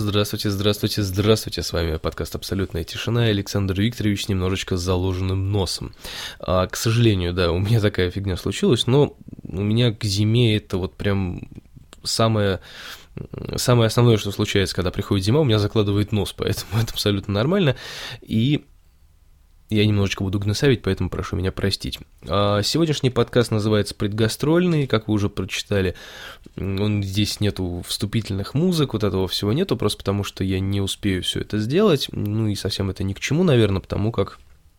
Здравствуйте, здравствуйте, здравствуйте, с вами подкаст «Абсолютная тишина» и Александр Викторович с немножечко заложенным носом. К сожалению, да, у меня такая фигня случилась, но у меня к зиме это вот прям самое основное, что случается, когда приходит зима, у меня закладывает нос, поэтому это абсолютно нормально, и я немножечко буду гнусавить, поэтому прошу меня простить. Сегодняшний подкаст называется «Предгастрольный», как вы уже прочитали. Здесь нету вступительных музык, вот этого всего нету, просто потому что я не успею все это сделать. Ну и совсем это ни к чему, наверное, потому как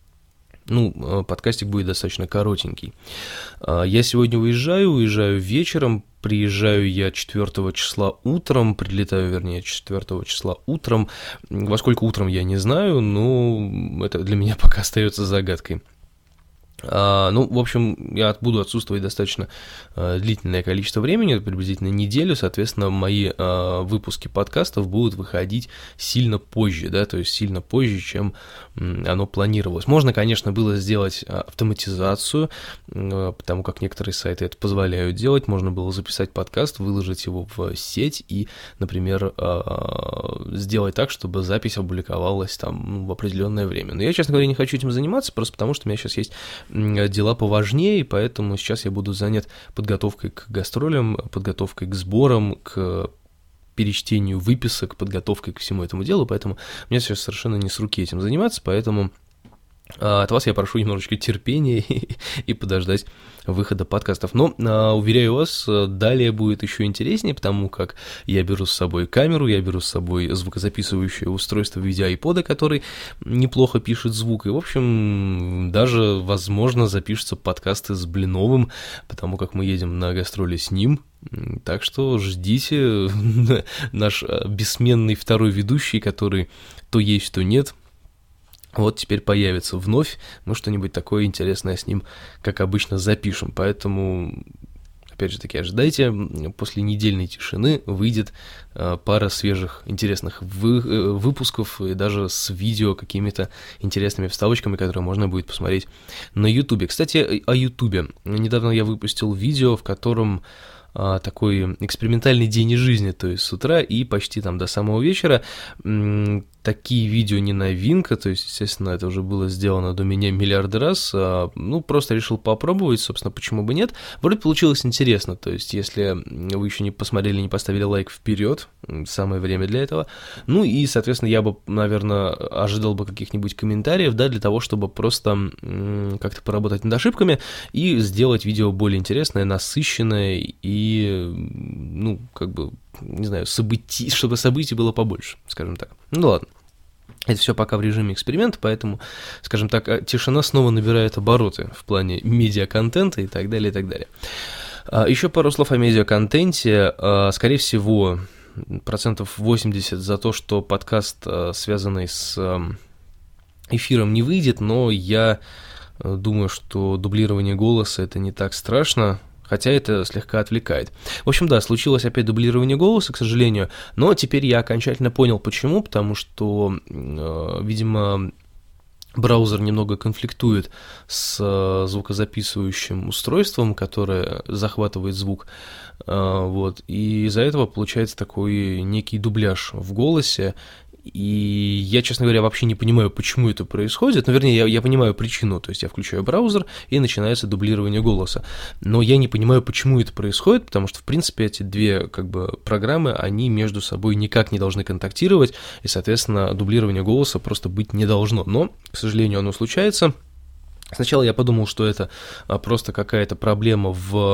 подкастик будет достаточно коротенький. Я сегодня уезжаю вечером, приезжаю я 4 числа утром, прилетаю, вернее, 4 числа утром. Во сколько утром, я не знаю, но это для меня пока остается загадкой. В общем, я буду отсутствовать достаточно длительное количество времени, приблизительно неделю, соответственно, мои выпуски подкастов будут выходить сильно позже, да, то есть сильно позже, чем оно планировалось. Можно, конечно, было сделать автоматизацию, потому как некоторые сайты это позволяют делать, можно было записать подкаст, выложить его в сеть и, например, сделать так, чтобы запись опубликовалась там в определенное время. Но я, честно говоря, не хочу этим заниматься, просто потому что у меня сейчас есть дела поважнее, и поэтому сейчас я буду занят подготовкой к гастролям, подготовкой к сборам, к перечтению выписок, подготовкой к всему этому делу, поэтому мне сейчас совершенно не с руки этим заниматься, поэтому от вас я прошу немножечко терпения и подождать выхода подкастов. Но, уверяю вас, далее будет еще интереснее, потому как я беру с собой камеру, я беру с собой звукозаписывающее устройство в виде iPod, который неплохо пишет звук, и, в общем, даже, возможно, запишутся подкасты с Блиновым, потому как мы едем на гастроли с ним. Так что ждите, наш бессменный второй ведущий, который то есть, то нет, вот теперь появится вновь, мы что-нибудь такое интересное с ним, как обычно, запишем. Поэтому, опять же таки, ожидайте, после недельной тишины выйдет пара свежих интересных выпусков, и даже с видео какими-то интересными вставочками, которые можно будет посмотреть на Ютубе. Кстати, о Ютубе. Недавно я выпустил видео, в котором такой экспериментальный день из жизни, то есть с утра и почти там до самого вечера. Такие видео не новинка, то есть, естественно, это уже было сделано до меня миллиарды раз, просто решил попробовать, собственно, почему бы нет. Вроде получилось интересно, то есть, если вы еще не посмотрели, не поставили лайк, вперед, самое время для этого. Ну и, соответственно, я бы, наверное, ожидал бы каких-нибудь комментариев, да, для того, чтобы просто как-то поработать над ошибками и сделать видео более интересное, насыщенное и, не знаю, чтобы событий было побольше, скажем так. Ну ладно. Это все пока в режиме эксперимента, поэтому, скажем так, тишина снова набирает обороты в плане медиаконтента и так далее, и так далее. Еще пару слов о медиаконтенте. Скорее всего, 80% за то, что подкаст, связанный с эфиром, не выйдет, но я думаю, что дублирование голоса – это не так страшно, хотя это слегка отвлекает. В общем, да, случилось опять дублирование голоса, к сожалению, но теперь я окончательно понял, почему, потому что, видимо, браузер немного конфликтует с звукозаписывающим устройством, которое захватывает звук, и из-за этого получается такой некий дубляж в голосе. И я, честно говоря, вообще не понимаю, почему это происходит. Вернее, я понимаю причину, то есть я включаю браузер, и начинается дублирование голоса. Но я не понимаю, почему это происходит, потому что, в принципе, эти две программы, они между собой никак не должны контактировать, и, соответственно, дублирование голоса просто быть не должно. Но, к сожалению, оно случается. Сначала я подумал, что это просто какая-то проблема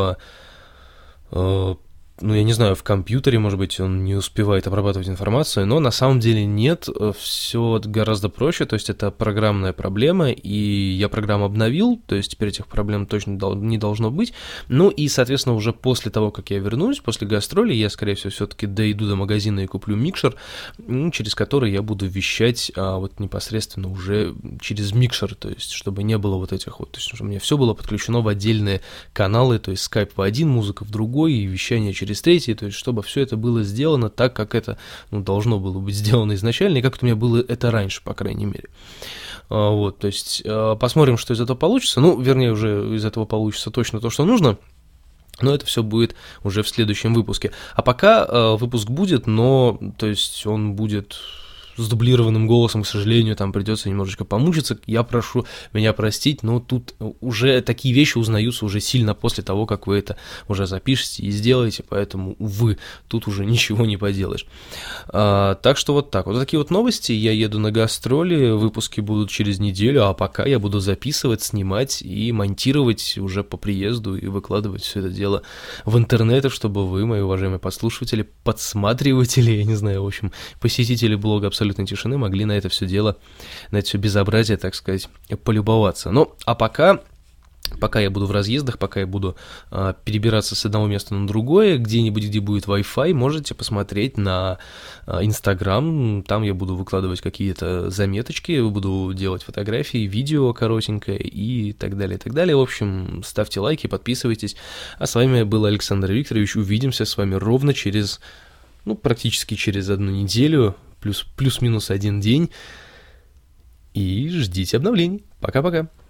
я не знаю, в компьютере, может быть, он не успевает обрабатывать информацию, но на самом деле нет, все гораздо проще, то есть это программная проблема, и я программу обновил, то есть теперь этих проблем точно не должно быть, и, соответственно, уже после того, как я вернусь, после гастролей, я, скорее всего, все-таки дойду до магазина и куплю микшер, через который я буду вещать непосредственно уже через микшер, то есть чтобы не было то есть чтобы у меня все было подключено в отдельные каналы, то есть скайп в один, музыка в другой, и вещание через третий, то есть чтобы все это было сделано так, как это должно было быть сделано изначально, и как у меня было это раньше, по крайней мере. То есть посмотрим, что из этого получится. Вернее, уже из этого получится точно то, что нужно. Но это все будет уже в следующем выпуске. А пока выпуск будет, но, то есть, он будет с дублированным голосом, к сожалению, там придется немножечко помучиться. Я прошу меня простить, но тут уже такие вещи узнаются уже сильно после того, как вы это уже запишете и сделаете, поэтому, увы, тут уже ничего не поделаешь. Так что вот так. Вот такие вот новости. Я еду на гастроли, выпуски будут через неделю, а пока я буду записывать, снимать и монтировать уже по приезду и выкладывать все это дело в интернет, чтобы вы, мои уважаемые подслушиватели, подсматриватели, я не знаю, в общем, посетители блога «Абсолютной тишины» могли на это все дело, на это все безобразие, так сказать, полюбоваться. Ну, а пока я буду в разъездах, пока я буду перебираться с одного места на другое, где-нибудь, где будет Wi-Fi, можете посмотреть на Instagram, там я буду выкладывать какие-то заметочки, буду делать фотографии, видео коротенькое и так далее, и так далее. В общем, ставьте лайки, подписывайтесь. А с вами был Александр Викторович, увидимся с вами ровно через, практически через 1 неделю, плюс-минус 1 день, и ждите обновлений. Пока-пока.